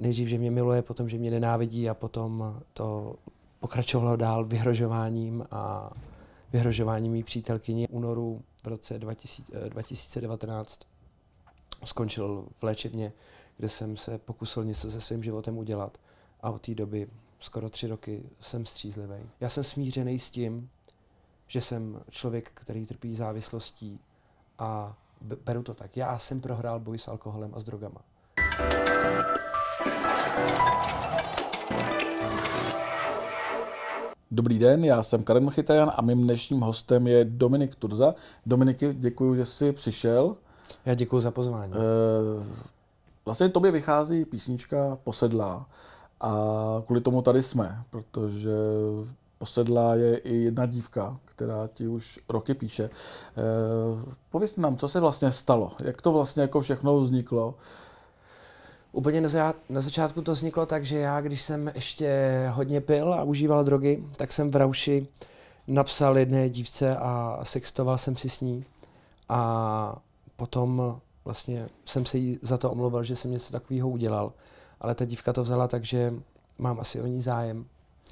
nejdřív, že mě miluje, potom, že mě nenávidí a potom to pokračovalo dál vyhrožováním a vyhrožováním mý přítelkyni. V únoru v roce 2019 skončil v léčebně, kde jsem se pokusil něco se svým životem udělat a od té doby skoro 3 roky jsem střízlivý. Já jsem smířený s tím, že jsem člověk, který trpí závislostí a beru to tak. Já jsem prohrál boj s alkoholem a s drogama. Dobrý den, já jsem Karen Mchytajan a mým dnešním hostem je Dominik Turza. Dominiky, děkuji, že jsi přišel. Já děkuji za pozvání. Vlastně tobě vychází písnička Posedlá a kvůli tomu tady jsme, protože Posedlá je i jedna dívka, která ti už roky píše. Pověz nám, co se vlastně stalo, jak to vlastně jako všechno vzniklo? Úplně na začátku to vzniklo tak, že já, když jsem ještě hodně pil a užíval drogy, tak jsem v rauši napsal jedné dívce a sextoval jsem si s ní. A potom vlastně jsem se jí za to omluvil, že jsem něco takového udělal. Ale ta dívka to vzala tak, že mám asi o ní zájem.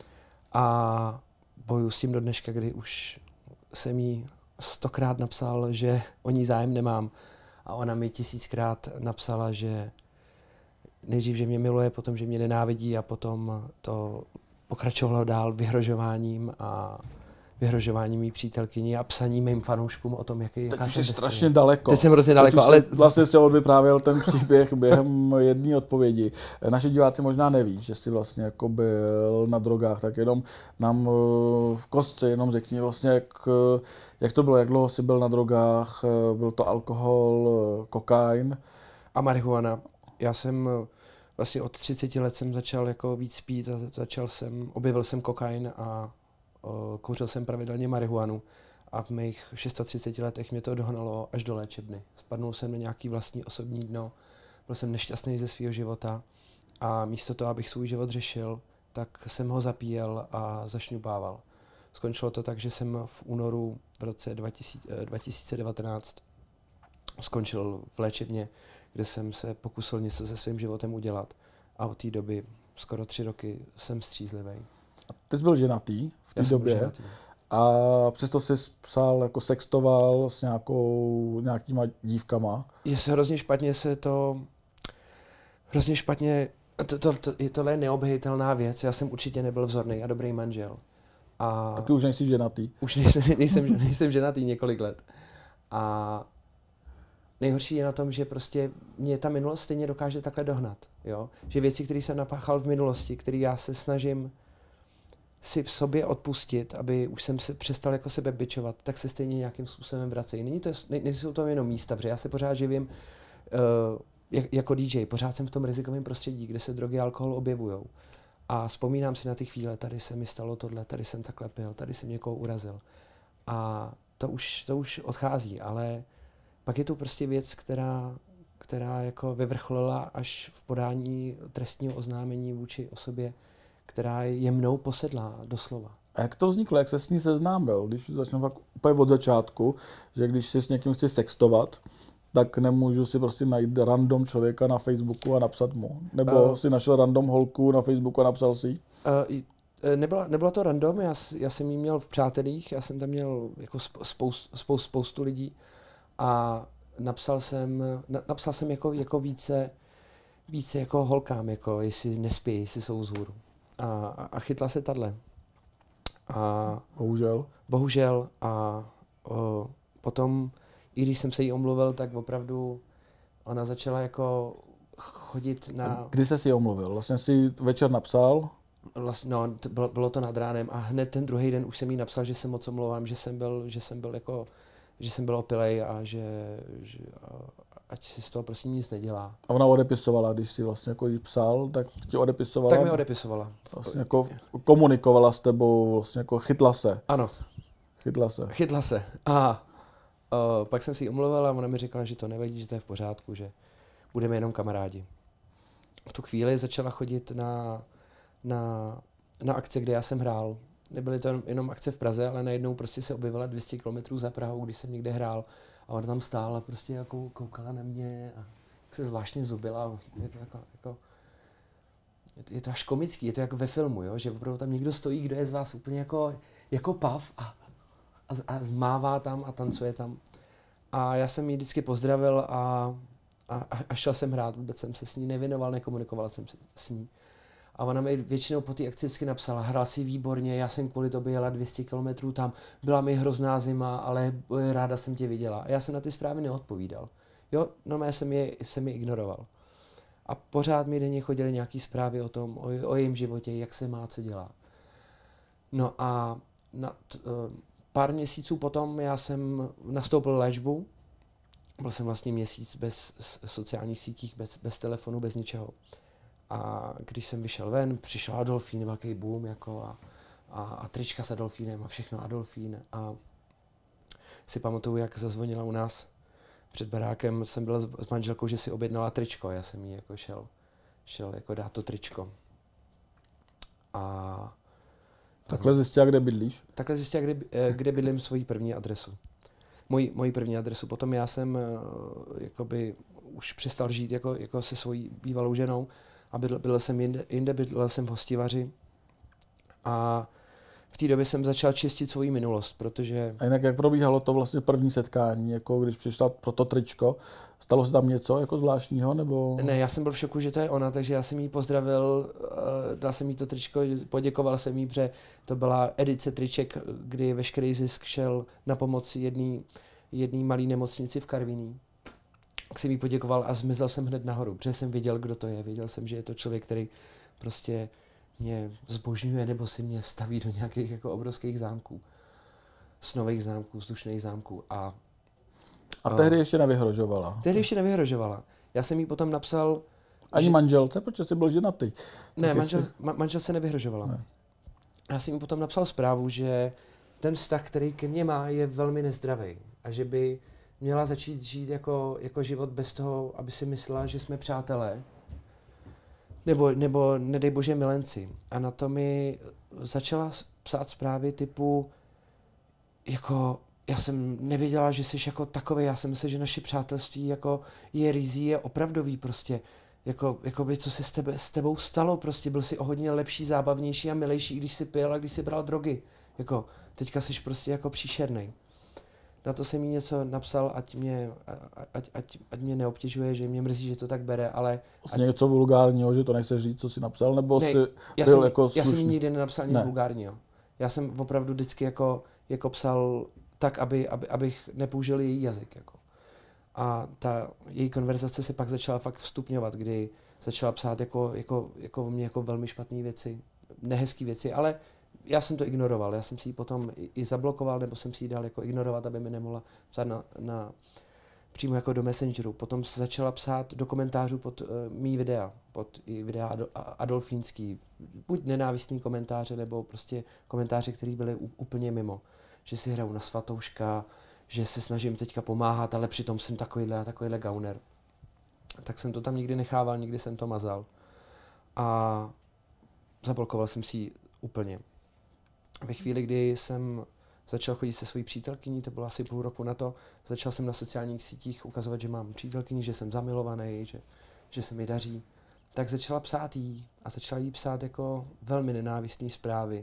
A bojuju s tím do dneška, kdy už jsem jí 100krát napsal, že o ní zájem nemám. A ona mi 1000krát napsala, že nejdřív, že mě miluje, potom, že mě nenávidí a potom to pokračovalo dál vyhrožováním a vyhrožováním mý přítelkyni a psaním mým fanouškům o tom, jaká jsem jsem strašně daleko. Teď jsem hrozně daleko, ale vlastně si odvyprávěl ten příběh během jedné odpovědi. Naši diváci možná neví, že jsi vlastně jako byl na drogách, tak jenom nám v kostce jenom řekni vlastně, jak to bylo, jak dlouho jsi byl na drogách, byl to alkohol, kokain a marihuana. Já jsem vlastně od 30 let jsem začal jako víc pít a objevil jsem kokain a kouřil jsem pravidelně marihuanu a v mých 36 letech mě to dohnalo až do léčebny. Spadnul jsem na nějaký vlastní osobní dno, byl jsem nešťastný ze svého života a místo toho, abych svůj život řešil, tak jsem ho zapíjel a zašňupával. Skončilo to tak, že jsem v únoru v roce 2019 skončil v léčebně, kde jsem se pokusil něco se svým životem udělat a od té doby skoro 3 roky jsem střízlivý. Ty jsi byl ženatý v té době a přesto jsi psal, jako sextoval s nějakýma dívkama. Tohle je neobhejitelná věc, já jsem určitě nebyl vzorný a dobrý manžel. A taky už nejsi ženatý. Už nejsem ženatý několik let. A nejhorší je na tom, že prostě mě ta minulost stejně dokáže takhle dohnat. Jo? Že věci, které jsem napáchal v minulosti, které já se snažím si v sobě odpustit, aby už jsem se přestal jako sebe bičovat, tak se stejně nějakým způsobem vracejí. Nejsou to jenom místa, protože já se pořád živím jako DJ, pořád jsem v tom rizikovém prostředí, kde se drogy a alkohol objevujou. A vzpomínám si na ty chvíle, tady se mi stalo tohle, tady jsem takhle pil, tady jsem někoho urazil. A to už odchází, ale pak je to prostě věc, která jako vyvrcholila až v podání trestního oznámení vůči osobě, která je mnou posedlá, doslova. A jak to vzniklo, jak se s ní seznámil? Když začnu fakt úplně od začátku, že když si s někým chci sextovat, tak nemůžu si prostě najít random člověka na Facebooku a napsat mu. Nebo si našel random holku na Facebooku a napsal si ji? Nebyla to random, já jsem ji měl v přátelích, já jsem tam měl jako spoustu lidí a napsal jsem jako více jako holkám, jako jestli nespí, jestli jsou vzhůru. A chytla se tahle. A bohužel a potom, i když jsem se jí omluvil, tak opravdu ona začala jako chodit na... A kdy jsi si omluvil? Vlastně si večer napsal? Vlastně, no, bylo to nad ránem a hned ten druhý den už jsem jí napsal, že se moc omlouvám, že jsem byl opilej a že ať si z toho prosím nic nedělá. A ona odepisovala, když si vlastně jako jí psal, tak ti odepisovala? Tak mi odepisovala. Vlastně jako komunikovala s tebou, vlastně jako chytla se. Ano. Chytla se. A pak jsem si ji omluvil a ona mi řekla, že to nevadí, že to je v pořádku, že budeme jenom kamarádi. V tu chvíli začala chodit na akce, kde já jsem hrál. Nebyly to jenom akce v Praze, ale najednou prostě se objevila 200 km za Prahou, když jsem někde hrál a ona tam stála prostě jako koukala na mě a se zvláštně zubila. Je to jako je to až komický, je to jako ve filmu, jo? Že opravdu tam někdo stojí, kdo je z vás úplně jako pav a mává tam a tancuje tam. A já jsem ji vždycky pozdravil a šel jsem hrát, vůbec jsem se s ní nevěnoval, nekomunikoval jsem s ní. A ona mi většinou po té akci vždycky napsala, hrál si výborně, já jsem kvůli tobě jela 200 kilometrů tam, byla mi hrozná zima, ale ráda jsem tě viděla. A já jsem na ty zprávy neodpovídal. Jo, normálně jsem je ignoroval. A pořád mi denně chodily nějaké zprávy o tom, o jejím životě, jak se má, co dělá. No a pár měsíců potom já jsem nastoupil léčbu. Byl jsem vlastně měsíc bez sociálních sítích, bez telefonu, bez ničeho. A když jsem vyšel ven, přišel Adolfín, velký boom, jako a trička s Adolfínem a všechno Adolfín. A si pamatuju, jak zazvonila u nás před barákem, jsem byl s manželkou, že si objednala tričko. Já jsem jí jako šel jako dát to tričko. A takhle zjistila, kde bydlíš? Takhle zjistila, kde bydlím, svoji první adresu. Moji první adresu. Potom já jsem jakoby už přestal žít jako se svojí bývalou ženou a bydlel jsem jinde, bydlel jsem v Hostivaři. A v té době jsem začal čistit svoji minulost, protože... A jinak jak probíhalo to vlastně první setkání, jako když přišla pro to tričko, stalo se tam něco jako zvláštního, nebo... Ne, já jsem byl v šoku, že to je ona, takže já jsem jí pozdravil, dal jsem jí to tričko, poděkoval jsem jí, protože to byla edice triček, kdy veškerý zisk šel na pomoc jedné malé nemocnici v Karviní. Tak jsem jí poděkoval a zmizel jsem hned nahoru, protože jsem věděl, kdo to je. Věděl jsem, že je to člověk, který prostě mě zbožňuje nebo si mě staví do nějakých jako obrovských zámků. Snových zámků, vzdušných zámků. A tehdy ještě nevyhrožovala. Tehdy ještě nevyhrožovala. Já jsem jí potom napsal... Ani manželce, protože jsi byl ženatý. Ne, manželce nevyhrožovala. Ne. Já jsem jí potom napsal zprávu, že ten vztah, který ke mně má, je velmi nezdravý. A že by měla začít žít jako život bez toho, aby si myslela, že jsme přátelé. Nebo nedej bože milenci. A na to mi začala psát zprávy typu jako já jsem nevěděla, že jsi jako takovej, já jsem myslel, že naše přátelství jako je rizí, je opravdový prostě. Jakoby co se s tebou stalo, prostě byl jsi o hodně lepší, zábavnější a milejší, když jsi pil a když jsi bral drogy. Jako teďka jsi prostě jako příšernej. Na to jsem jí něco napsal, ať mě neobtěžuje, že mě mrzí, že to tak bere, ale... Vlastně něco vulgárního, že to nechceš říct, co jsi napsal, nebo jsi byl jako slušný? Já jsem nikdy nenapsal nic vulgárního. Já jsem opravdu vždycky jako psal tak, abych nepoužil její jazyk. Jako. A ta její konverzace se pak začala fakt vstupňovat, kdy začala psát jako o mě jako velmi špatné věci, nehezké věci, ale já jsem to ignoroval. Já jsem si ji potom i zablokoval, nebo jsem si ji dal jako ignorovat, aby mi nemohla psát přímo jako do Messengeru. Potom se začala psát do komentářů pod mý videa, pod i videa adolfínský. Buď nenávistný komentáře, nebo prostě komentáře, které byly úplně mimo. Že si hraju na svatouška, že se snažím teďka pomáhat, ale přitom jsem takovýhle gauner. Tak jsem to tam nikdy nechával, nikdy jsem to mazal. A zablokoval jsem si ji úplně. Ve chvíli, kdy jsem začal chodit se svojí přítelkyní, to bylo asi půl roku na to, začal jsem na sociálních sítích ukazovat, že mám přítelkyni, že jsem zamilovaný, že se mi daří. Tak začala psát jí a začala jí psát jako velmi nenávistné zprávy.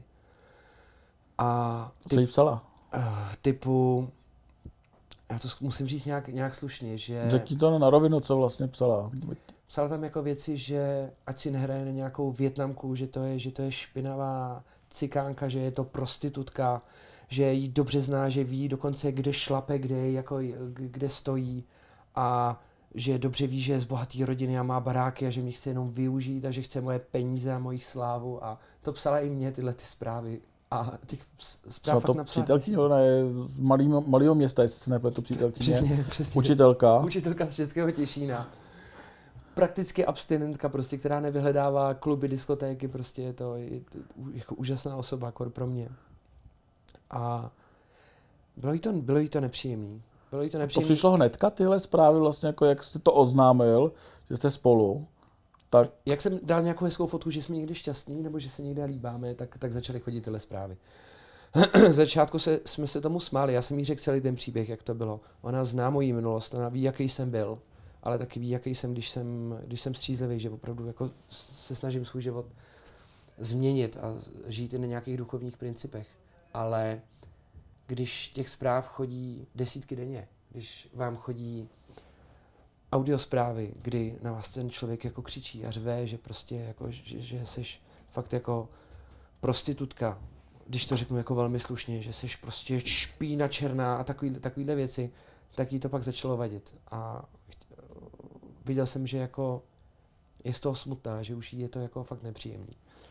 A co jí psala? Typu, já to musím říct nějak slušně, že... Řekni to na rovinu, co vlastně psala. Psala tam jako věci, že ať si nehraje na nějakou Vietnamku, že to je špinavá cikánka, že je to prostitutka, že jí dobře zná, že ví dokonce, kde šlape, kde stojí a že dobře ví, že je z bohaté rodiny a má baráky a že mě chce jenom využít a že chce moje peníze a moji slávu a to psala i mě tyhle ty zprávy. A těch zpráv fakt napsala. Přítelkyně, ona je z malého města, jestli se nepletu přítelkyně. Přesně. Učitelka. Učitelka z Českého Těšína. Prakticky abstinentka, prostě, která nevyhledává kluby, diskotéky, prostě je to jako úžasná osoba, jako pro mě. A bylo jí to nepříjemný. To přišlo hnedka tyhle zprávy, vlastně jako jak jsi to oznámil, že jste spolu. Tak. Jak jsem dal nějakou hezkou fotku, že jsme někde šťastní, nebo že se někde líbáme, tak začaly chodit tyhle zprávy. Z začátku jsme se tomu smáli, já jsem jí řekl celý ten příběh, jak to bylo. Ona zná moji minulost, ona ví, jaký jsem byl. ale taky ví, jaký jsem, když jsem střízlivý, že opravdu jako se snažím svůj život změnit a žít i na nějakých duchovních principech. Ale když těch zpráv chodí desítky denně, když vám chodí audiosprávy, kdy na vás ten člověk jako křičí a řve, že prostě jako, že seš fakt jako prostitutka, když to řeknu jako velmi slušně, že seš prostě špína černá a takovýhle věci, tak jí to pak začalo vadit. A viděl jsem, že jako je z toho smutná, že už jí je to jako fakt nepříjemný.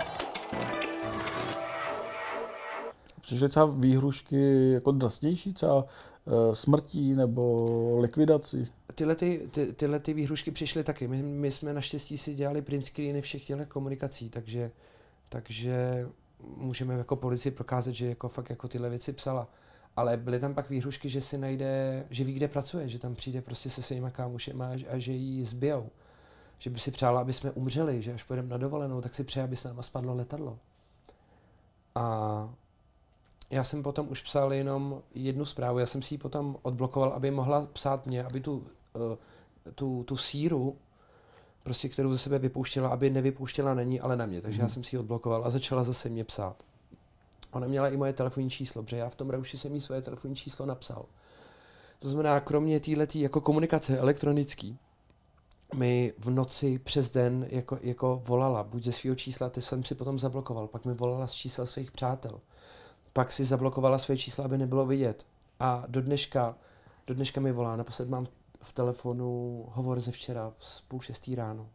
Přišly třeba výhrušky jako drsnější, třeba smrtí nebo likvidací? Tyhle výhrušky přišly taky. My jsme naštěstí si dělali print screeny všech těchto komunikací, takže můžeme jako policii prokázat, že jako fakt jako tyhle věci psala. Ale byly tam pak výhrušky, že si najde, že ví, kde pracuje, že tam přijde prostě se svýma kámošema a že jí zbijou. Že by si přála, aby jsme umřeli, že až pojedeme na dovolenou, tak si přeje, aby se nám spadlo letadlo. A já jsem potom už psal jenom jednu zprávu, já jsem si ji potom odblokoval, aby mohla psát mě, aby tu síru, prostě, kterou ze sebe vypouštěla, aby nevypouštěla na ní, ale na mě. Takže já jsem si ji odblokoval a začala zase mě psát. Ona měla i moje telefonní číslo, protože já v tom rauši jsem jí svoje telefonní číslo napsal. To znamená, kromě téhletý jako komunikace elektronický, mi v noci přes den jako volala, buď ze svého čísla, ty jsem si potom zablokoval, pak mi volala z čísla svých přátel. Pak si zablokovala své čísla, aby nebylo vidět. A do dneška mi volá. Naposled mám v telefonu hovor ze včera z 5:30 ráno.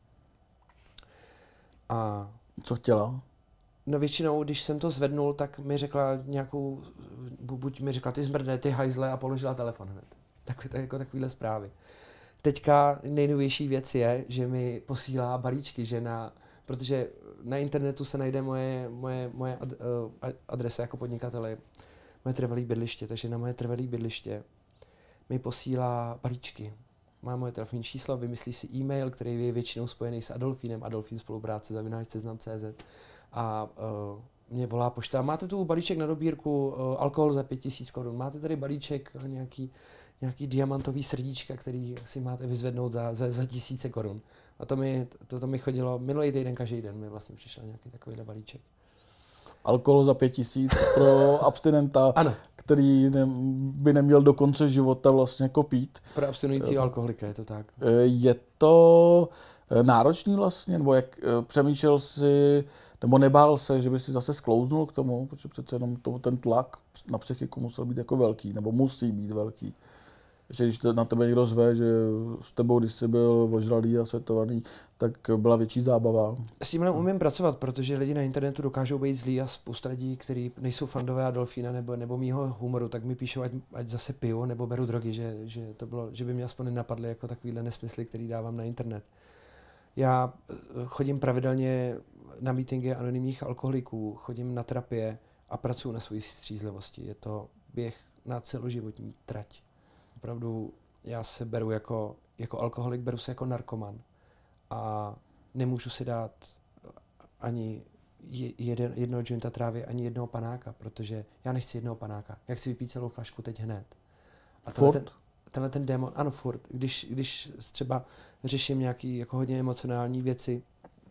A co chtěla? No většinou, když jsem to zvednul, tak mi řekla nějakou, buď mi řekla ty zmrdne, ty hajzle a položila telefon hned. Takovýhle zprávy. Teďka nejnovější věc je, že mi posílá balíčky, protože na internetu se najde moje adresa jako podnikatele, moje trvalé bydliště, takže na moje trvalé bydliště mi posílá balíčky. Má moje telefonní číslo, vymyslí si e-mail, který je většinou spojený s Adolfínem, Adolfín spolupráce @seznam.cz a mě volá pošta. Máte tu balíček na dobírku, alkohol za 5 000 korun, máte tady balíček nějaký diamantový srdíčka, který si máte vyzvednout za tisíce korun. A to mi chodilo minulý týden, každý den mi vlastně přišel nějaký takovýhle balíček. Alkohol za 5 000 pro abstinenta, ano. Který by neměl do konce života vlastně jako pít. Pro abstinující alkoholika je to tak. Je to náročný vlastně, nebo jak přemýšlel si, nebo nebál se, že by si zase sklouznul k tomu, protože přece jenom ten tlak na psychiku musel být jako velký, nebo musí být velký. Ještě když na tebe někdo řve, že s tebou, když jsi byl ožralý a světovaný, tak byla větší zábava. S tímhle umím pracovat, protože lidi na internetu dokážou být zlí a spousta lidí, kteří nejsou fandové Adolfína nebo mýho humoru, tak mi píšou, ať zase piju nebo beru drogy, že by mě aspoň nenapadly jako takovýhle nesmysly, který dávám na internet. Já chodím pravidelně na meetingy anonymních alkoholiků, chodím na terapie a pracuji na své střízlivosti. Je to běh na celoživotní trať. Opravdu já se beru jako alkoholik, beru se jako narkoman a nemůžu si dát ani jednoho jointa trávy, ani jednoho panáka, protože já nechci jednoho panáka. Já chci vypít celou flašku teď hned. A tenhle ten démon, ano furt, když třeba řeším nějaký jako hodně emocionální věci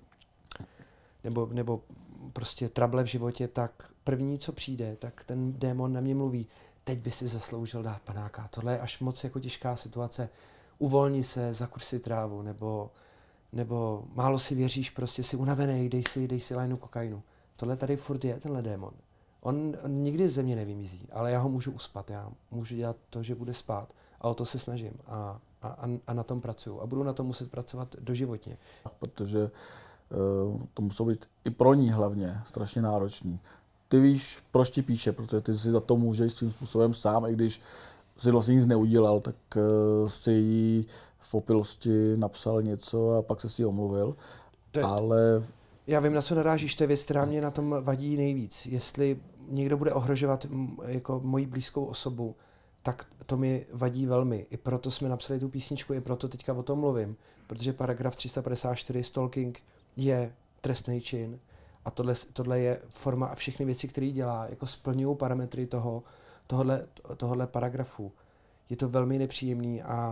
nebo prostě trable v životě, tak první, co přijde, tak ten démon na mě mluví, teď by si zasloužil dát panáka. Tohle je až moc jako těžká situace. Uvolni se, zakuř si trávu, nebo málo si věříš, prostě si unavený, dej si lajnu kokainu. Tohle tady furt je, tenhle démon. On nikdy ze mě nevymizí, ale já ho můžu uspat. Já můžu dělat to, že bude spát. A o to se snažím. A na tom pracuju. A budu na tom muset pracovat doživotně. Protože to musí být i pro ní hlavně strašně náročný. Ty víš, proč ti píše, protože ty si za to můžeš svým způsobem sám, i když si vlastně nic neudělal, tak si jí v opilosti napsal něco a pak se si omluvil. Ale já vím, na co narážíš, to je věc, která mě na tom vadí nejvíc. Jestli někdo bude ohrožovat jako moji blízkou osobu, tak to mi vadí velmi. I proto jsme napsali tu písničku, i proto teďka o tom mluvím. Protože paragraf 354 stalking je trestný čin a tohle je forma a všechny věci, které dělá, jako splňují parametry tohohle paragrafu. Je to velmi nepříjemný a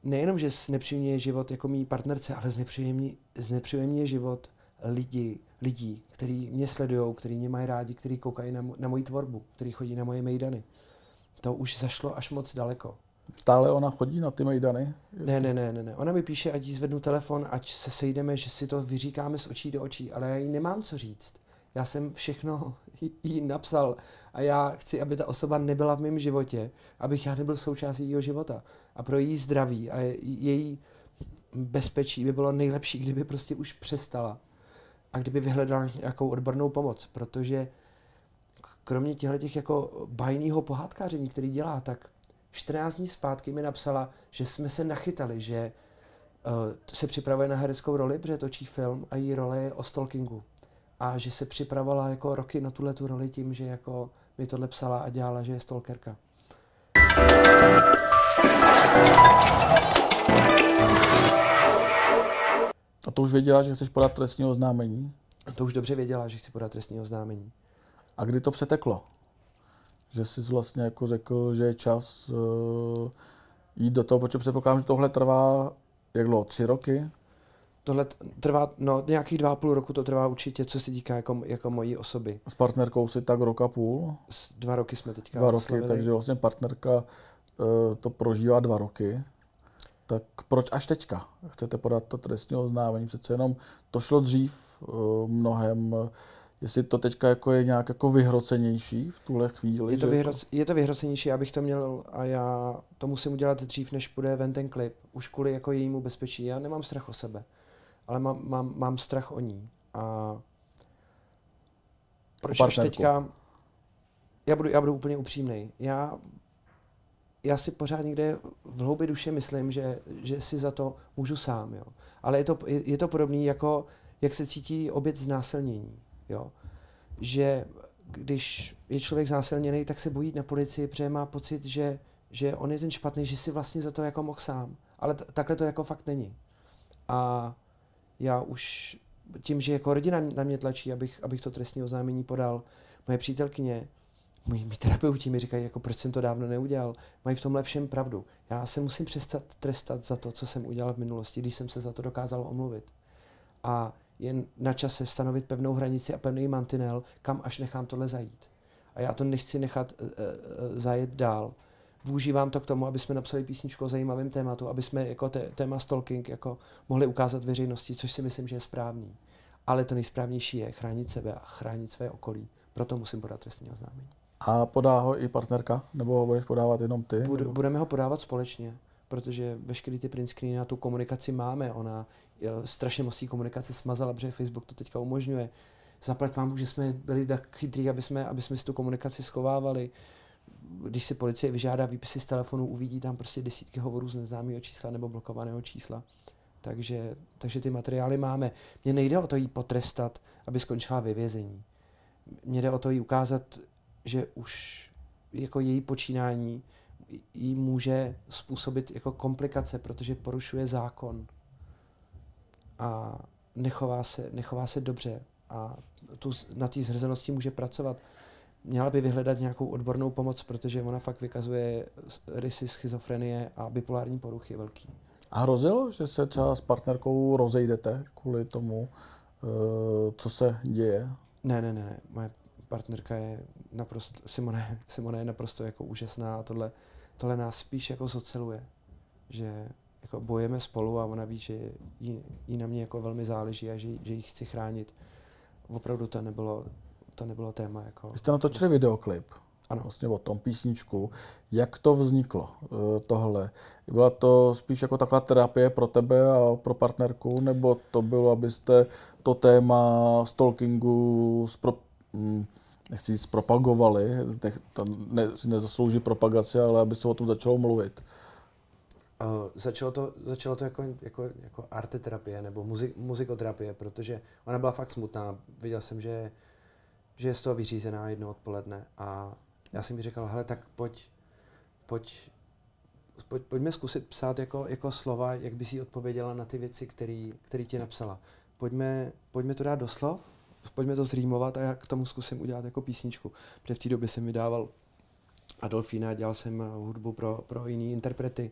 nejenom, že znepříjemňuje život jako mý partnerce, ale znepříjemňuje život lidí, kteří mě sledují, kteří mě mají rádi, kteří koukají na moji tvorbu, kteří chodí na moje mejdany. To už zašlo až moc daleko. Stále ona chodí na ty mejdany? Ne. Ona mi píše, ať jí zvednu telefon, ať se sejdeme, že si to vyříkáme z očí do očí, ale já jí nemám co říct. Já jsem všechno jí napsal a já chci, aby ta osoba nebyla v mém životě, abych já nebyl součástí jejího života. A pro její zdraví a její bezpečí by bylo nejlepší, kdyby prostě už přestala a kdyby vyhledala nějakou odbornou pomoc, protože kromě těch jako bajného pohádkáření, který dělá, tak 14 dní zpátky mi napsala, že jsme se nachytali, že se připravuje na hereckou roli, protože točí film a její role je o stalkingu. A že se připravovala jako roky na tuhletu roli tím, že jako mi tohle psala a dělala, že je stalkerka. A to už věděla, že chceš podat trestní oznámení? To už dobře věděla, že chci podat trestní oznámení. A kdy to přeteklo? Že jsi vlastně jako řekl, že je čas jít do toho, protože předpokládám, že tohle trvá, jak dlouho, 3 roky? Tohle trvá, no nějakých 2,5 roku to trvá určitě, co se týká jako mojí osoby. S partnerkou si tak 1,5 roku? 2 roky jsme teďka 2 roky, slavili. takže vlastně partnerka to prožívá 2 roky. Tak proč až teďka chcete podat to trestní oznámení? Přece jenom to šlo dřív mnohem. Jestli to teďka jako je nějak jako vyhrocenější v tuhle chvíli? Je to vyhrocenější, abych to měl a já to musím udělat dřív, než půjde ven ten klip. Už kvůli jako jejímu bezpečí. Já nemám strach o sebe, ale mám strach o ní. A proč až teďka? Já budu úplně upřímnej. Já si pořád někde v hloubi duše myslím, že si za to můžu sám. Jo. Ale je to podobné, jako jak se cítí oběť znásilnění. Jo. Že když je člověk znásilněný, tak se bojí na policii, protože má pocit, že on je ten špatný, že si vlastně za to jako mohl sám. Ale takhle to jako fakt není. A já už tím, že jako rodina na mě tlačí, abych to trestní oznámení podal, moje přítelkyně, moji terapeuti mi říkají, jako proč jsem to dávno neudělal, mají v tomhle všem pravdu. Já se musím přestat trestat za to, co jsem udělal v minulosti, když jsem se za to dokázal omluvit. A jen na čase stanovit pevnou hranici a pevný mantinel, kam až nechám tohle zajít. A já to nechci nechat zajet dál. Využívám to k tomu, aby jsme napsali písničku o zajímavém tématu, aby jsme jako téma stalking jako mohli ukázat veřejnosti, což si myslím, že je správný. Ale to nejsprávnější je chránit sebe a chránit své okolí. Proto musím podat trestní oznámení. A podá ho i partnerka? Nebo ho budeš podávat jenom ty? Budeme ho podávat společně, protože veškerý ty print screeny na tu komunikaci máme. Ona strašně moc té komunikace smazala, protože Facebook to teďka umožňuje. Zaplať mám, že jsme byli tak chytrý, aby jsme si tu komunikaci schovávali. Když si policie vyžádá výpisy z telefonu, uvidí tam prostě desítky hovorů z neznámého čísla nebo blokovaného čísla. Takže ty materiály máme. Mně nejde o to jí potrestat, aby skončila ve vězení. Mně jde o to jí ukázat, že už jako její počínání jí může způsobit jako komplikace, protože porušuje zákon a nechová se dobře a na té zhrzenosti může pracovat. Měla by vyhledat nějakou odbornou pomoc, protože ona fakt vykazuje rysy schizofrenie a bipolární poruchy velký. A hrozilo, že se třeba s partnerkou rozejdete kvůli tomu, co se děje? Ne. Moje partnerka je naprosto, Simona je naprosto jako úžasná a tohle nás spíš jako zoceluje, že jako bojujeme spolu a ona ví, že jí na mě jako velmi záleží a že ji chci chránit. Opravdu to nebylo téma. Jako Vy jste natočili videoklip. Ano. Vlastně o tom písničku. Jak to vzniklo, tohle? Byla to spíš jako taková terapie pro tebe a pro partnerku, nebo to bylo, abyste to téma stalkingu nechci říct propagovali, si nezaslouží propagaci, ale aby se o tom začalo mluvit? Začalo to jako arteterapie nebo muzikoterapie, protože ona byla fakt smutná. Viděl jsem, že je z toho vyřízená jedno odpoledne a já jsem jí říkal, hele, tak pojďme zkusit psát jako slova, jak bys jí odpověděla na ty věci, které ti napsala. Pojďme to dát do slov, pojďme to zrýmovat a já k tomu zkusím udělat jako písničku. Protože v té době jsem vydával Adolfína, dělal jsem hudbu pro jiný interprety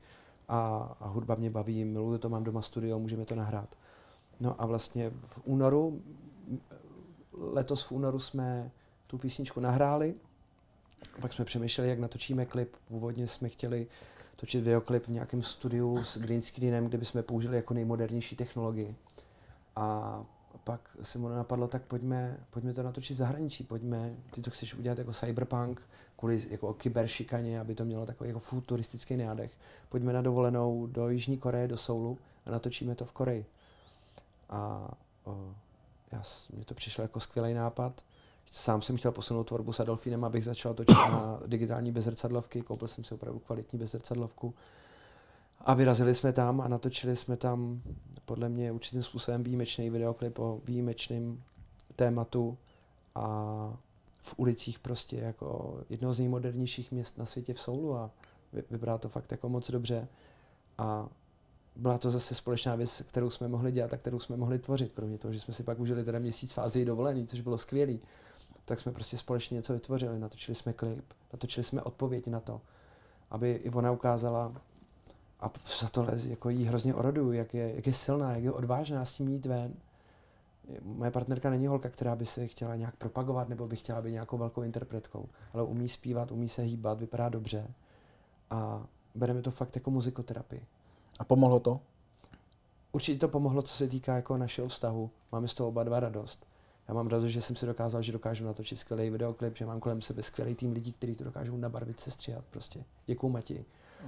a hudba mě baví, miluju to, mám doma studio, můžeme to nahrát. No a vlastně v únoru, letos v únoru jsme tu písničku nahráli, pak jsme přemýšleli, jak natočíme klip. Původně jsme chtěli točit videoklip v nějakém studiu s green screenem, kde bychom použili jako nejmodernější technologii. A pak se mu napadlo, tak pojďme to natočit v zahraničí, ty to chceš udělat jako cyberpunk, kvůli jako kyberšikaně, aby to mělo takový jako futuristický nádech. Pojďme na dovolenou do Jižní Koreje, do Soulu a natočíme to v Koreji. A mně to přišlo jako skvělý nápad. Sám jsem chtěl posunout tvorbu s Adolfínem, abych začal točit na digitální bezzrcadlovky, koupil jsem si opravdu kvalitní bezzrcadlovku. A vyrazili jsme tam a natočili jsme tam podle mě určitým způsobem výjimečný videoklip o výjimečném tématu a v ulicích prostě jako jednoho z nejmodernějších měst na světě v Soulu a vypadá to fakt jako moc dobře. A byla to zase společná věc, kterou jsme mohli dělat a kterou jsme mohli tvořit, kromě toho, že jsme si pak užili teda měsíc v Asii dovolený, což bylo skvělý. Tak jsme prostě společně něco vytvořili, natočili jsme klip, natočili jsme odpověď na to, aby i ona ukázala a za tohle jako jí hrozně oroduju, jak je silná, jak je odvážná s tím jít ven. Moje partnerka není holka, která by se chtěla nějak propagovat nebo by chtěla být nějakou velkou interpretkou, ale umí zpívat, umí se hýbat, vypadá dobře a bereme to fakt jako muzikoterapii. A pomohlo to? Určitě to pomohlo, co se týká jako našeho vztahu. Máme z toho oba dva radost. Já mám radost, že jsem si dokázal, že dokážu natočit skvělý videoklip, že mám kolem sebe skvělý tým lidí, kteří to dokážou nabarvit, sestříhat prostě. Děkuju Mati.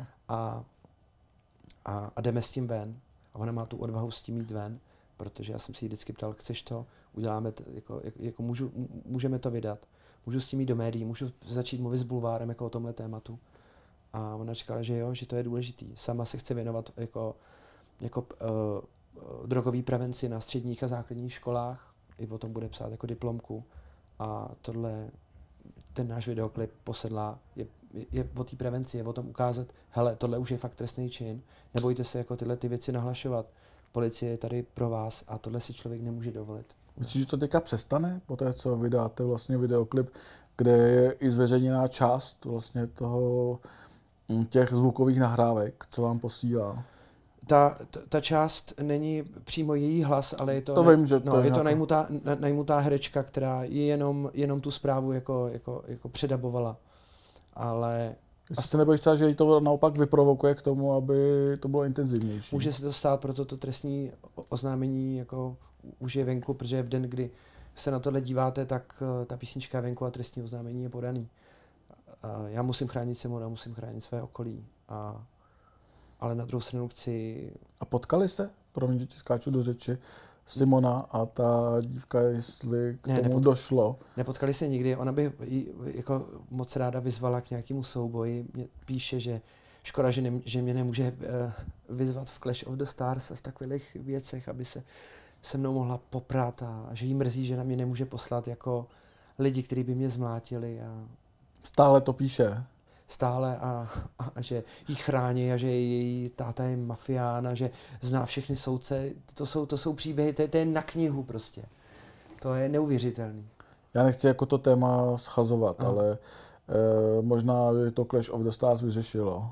A jdeme s tím ven. A ona má tu odvahu s tím jít ven, protože já jsem si ji vždycky ptal, chceš to, uděláme to, jako můžeme to vydat. Můžu s tím jít do médií, můžu začít mluvit s bulvárem jako o tomhle tématu. A ona říkala, že jo, že to je důležitý. Sama se chce věnovat jako drogové prevenci na středních a základních školách. I o tom bude psát jako diplomku. A ten náš videoklip Posedlá je o té prevenci, je o tom ukázat, hele, tohle už je fakt trestný čin, nebojte se jako tyhle ty věci nahlašovat. Policie je tady pro vás a tohle si člověk nemůže dovolit. Myslíš, že to teďka přestane, po té, co vydáte vlastně videoklip, kde je i zveřejněná část vlastně těch zvukových nahrávek, co vám posílá? Ta část není přímo její hlas, ale je to, vím, že to je to najmutá herečka, která jenom tu zprávu jako předabovala. Ale jestli se nebojíš třeba, že jí to naopak vyprovokuje k tomu, aby to bylo intenzivnější? Může se to stát, proto to trestní oznámení jako už je venku, protože v den, kdy se na tohle díváte, tak ta písnička je venku a trestní oznámení je podaný. A já musím chránit Simona, musím chránit své okolí. Ale na druhou stranu chci... A potkali se? Promiň, že ti skáču do řeči. Simona a ta dívka, jestli k tomu došlo. Nepotkali se nikdy. Ona by jako moc ráda vyzvala k nějakému souboji. Mě píše, že škoda, že mě nemůže vyzvat v Clash of the Stars a v takových věcech, aby se mnou mohla poprat a že jí mrzí, že na mě nemůže poslat jako lidi, kteří by mě zmlátili. Stále to píše. Stále a že jí chrání a že její táta je mafián a že zná všechny soudce. To jsou příběhy, to je na knihu prostě. To je neuvěřitelný. Já nechci jako to téma schazovat, ale možná by to Clash of the Stars vyřešilo.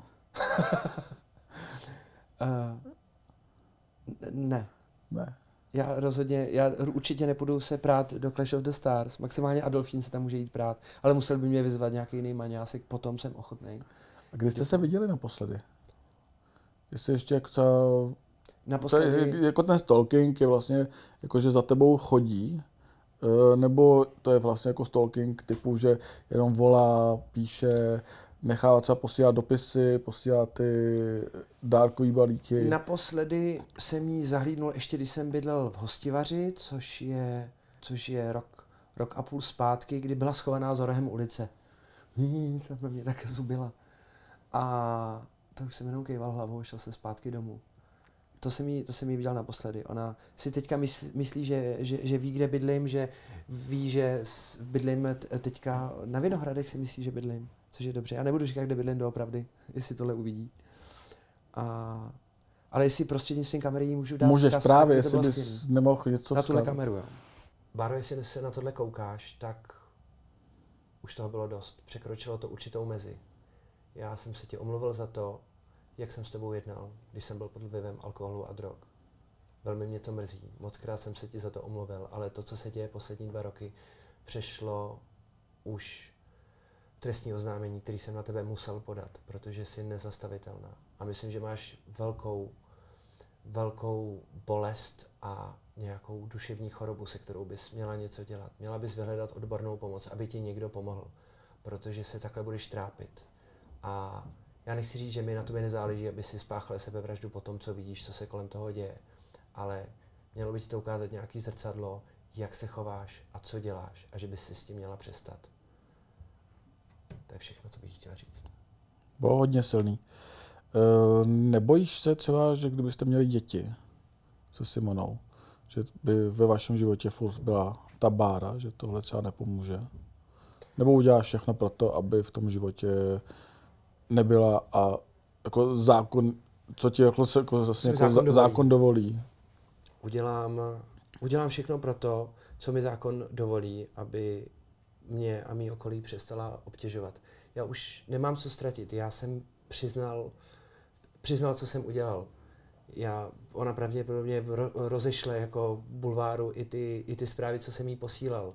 Ne. Ne. Já určitě nepůjdu se prát do Clash of the Stars. Maximálně Adolfín se tam může jít prát, ale musel by mě vyzvat nějaký jiný maňásek, potom jsem ochotnej. A kdy jste se viděli naposledy? Jestli ještě naposledy... jako ten stalking je vlastně, jako že za tebou chodí, nebo to je vlastně jako stalking typu, že jenom volá, píše, nechává třeba posílat dopisy, posílat ty dárkový balíky. Naposledy jsem jí zahlídnul ještě, když jsem bydlel v Hostivaři, což je rok a půl zpátky, kdy byla schovaná za rohem ulice. Tam na mě tak zubila. A to už jsem jenom kejval hlavou, šel jsem zpátky domů. To jsem jí viděl naposledy. Ona si teďka myslí, že ví, kde bydlím, že ví, že bydlím teďka na Vinohradech, si myslí, že bydlím. Což je dobře. Já nebudu říkat, kde bydlím doopravdy, jestli tohle uvidí. Ale jestli prostřednictvím kamery můžu dát můžeš zkaz, právě, jestli bys nemohl něco na tuhle kameru, jo. Báro, jestli se na tohle koukáš, tak už toho bylo dost. Překročilo to určitou mezi. Já jsem se ti omluvil za to, jak jsem s tebou jednal, když jsem byl pod vlivem alkoholu a drog. Velmi mě to mrzí. Mockrát jsem se ti za to omluvil, ale to, co se děje poslední 2 roky, přešlo už trestní oznámení, který jsem na tebe musel podat, protože jsi nezastavitelná. A myslím, že máš velkou bolest a nějakou duševní chorobu, se kterou bys měla něco dělat. Měla bys vyhledat odbornou pomoc, aby ti někdo pomohl, protože se takhle budeš trápit. A já nechci říct, že mi na tobě nezáleží, aby si spáchal sebevraždu po tom, co vidíš, co se kolem toho děje, ale mělo by ti to ukázat nějaký zrcadlo, jak se chováš a co děláš a že bys si s tím měla přestat. To je všechno, co bych chtěla říct. Bylo hodně silný. Nebojíš se třeba, že kdybyste měli děti se Simonou, že by ve vašem životě furt byla ta Bára, že tohle třeba nepomůže? Nebo uděláš všechno pro to, aby v tom životě nebyla a jako zákon, co ti zákon dovolí? Udělám všechno pro to, co mi zákon dovolí, aby mě a mý okolí přestala obtěžovat. Já už nemám co ztratit. Já jsem přiznal, co jsem udělal. Ona pravděpodobně rozešle jako bulváru i ty zprávy, co jsem jí posílal.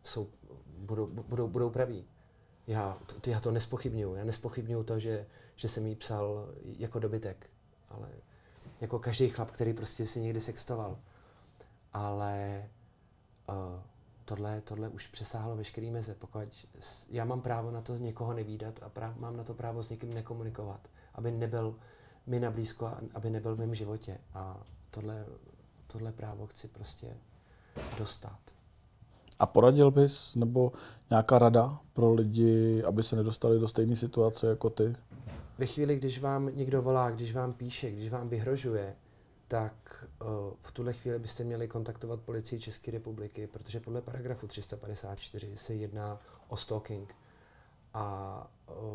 Budou pravý. Já to nespochybnuju. Já nespochybnuju to, že jsem jí psal jako dobytek. Ale jako každý chlap, který prostě si někdy sextoval. Ale tohle už přesáhlo veškerý meze. Pokud já mám právo na to někoho nevídat a mám na to právo s někým nekomunikovat, aby nebyl mi nablízko a aby nebyl v mém životě. A tohle právo chci prostě dostat. A poradil bys, nebo nějaká rada pro lidi, aby se nedostali do stejné situace jako ty? Ve chvíli, když vám někdo volá, když vám píše, když vám vyhrožuje, tak v tuhle chvíli byste měli kontaktovat policii České republiky, protože podle paragrafu 354 se jedná o stalking. A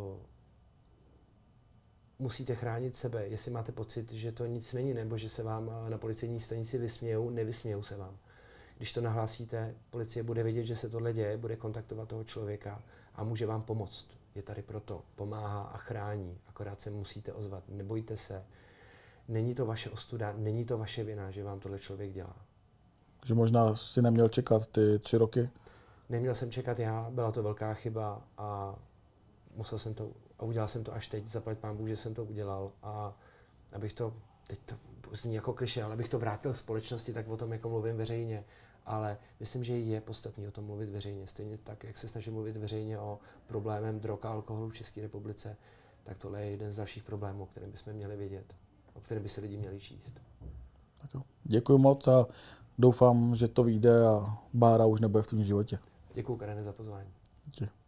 musíte chránit sebe, jestli máte pocit, že to nic není, nebo že se vám na policejní stanici vysmějou, nevysmějou se vám. Když to nahlásíte, policie bude vědět, že se tohle děje, bude kontaktovat toho člověka a může vám pomoct. Je tady proto, pomáhá a chrání, akorát se musíte ozvat, nebojte se. Není to vaše ostuda, není to vaše vina, že vám tohle člověk dělá. Že možná si neměl čekat ty 3 roky? Neměl jsem čekat já, byla to velká chyba a udělal jsem to až teď, zaplať pán Bůh, že jsem to udělal a abych to, teď to zní jako klišé, ale abych to vrátil společnosti, tak o tom jako mluvím veřejně, ale myslím, že je podstatný o tom mluvit veřejně, stejně tak, jak se snažím mluvit veřejně o problémem drog a alkoholu v České republice, tak tohle je jeden z dalších problémů, o kterém bychom měli vědět, o kterém by se lidi měli číst. Tak jo. Děkuji moc a doufám, že to vyjde a Bára už nebude v tvém životě. Děkuji, Karene, za pozvání. Děkuji.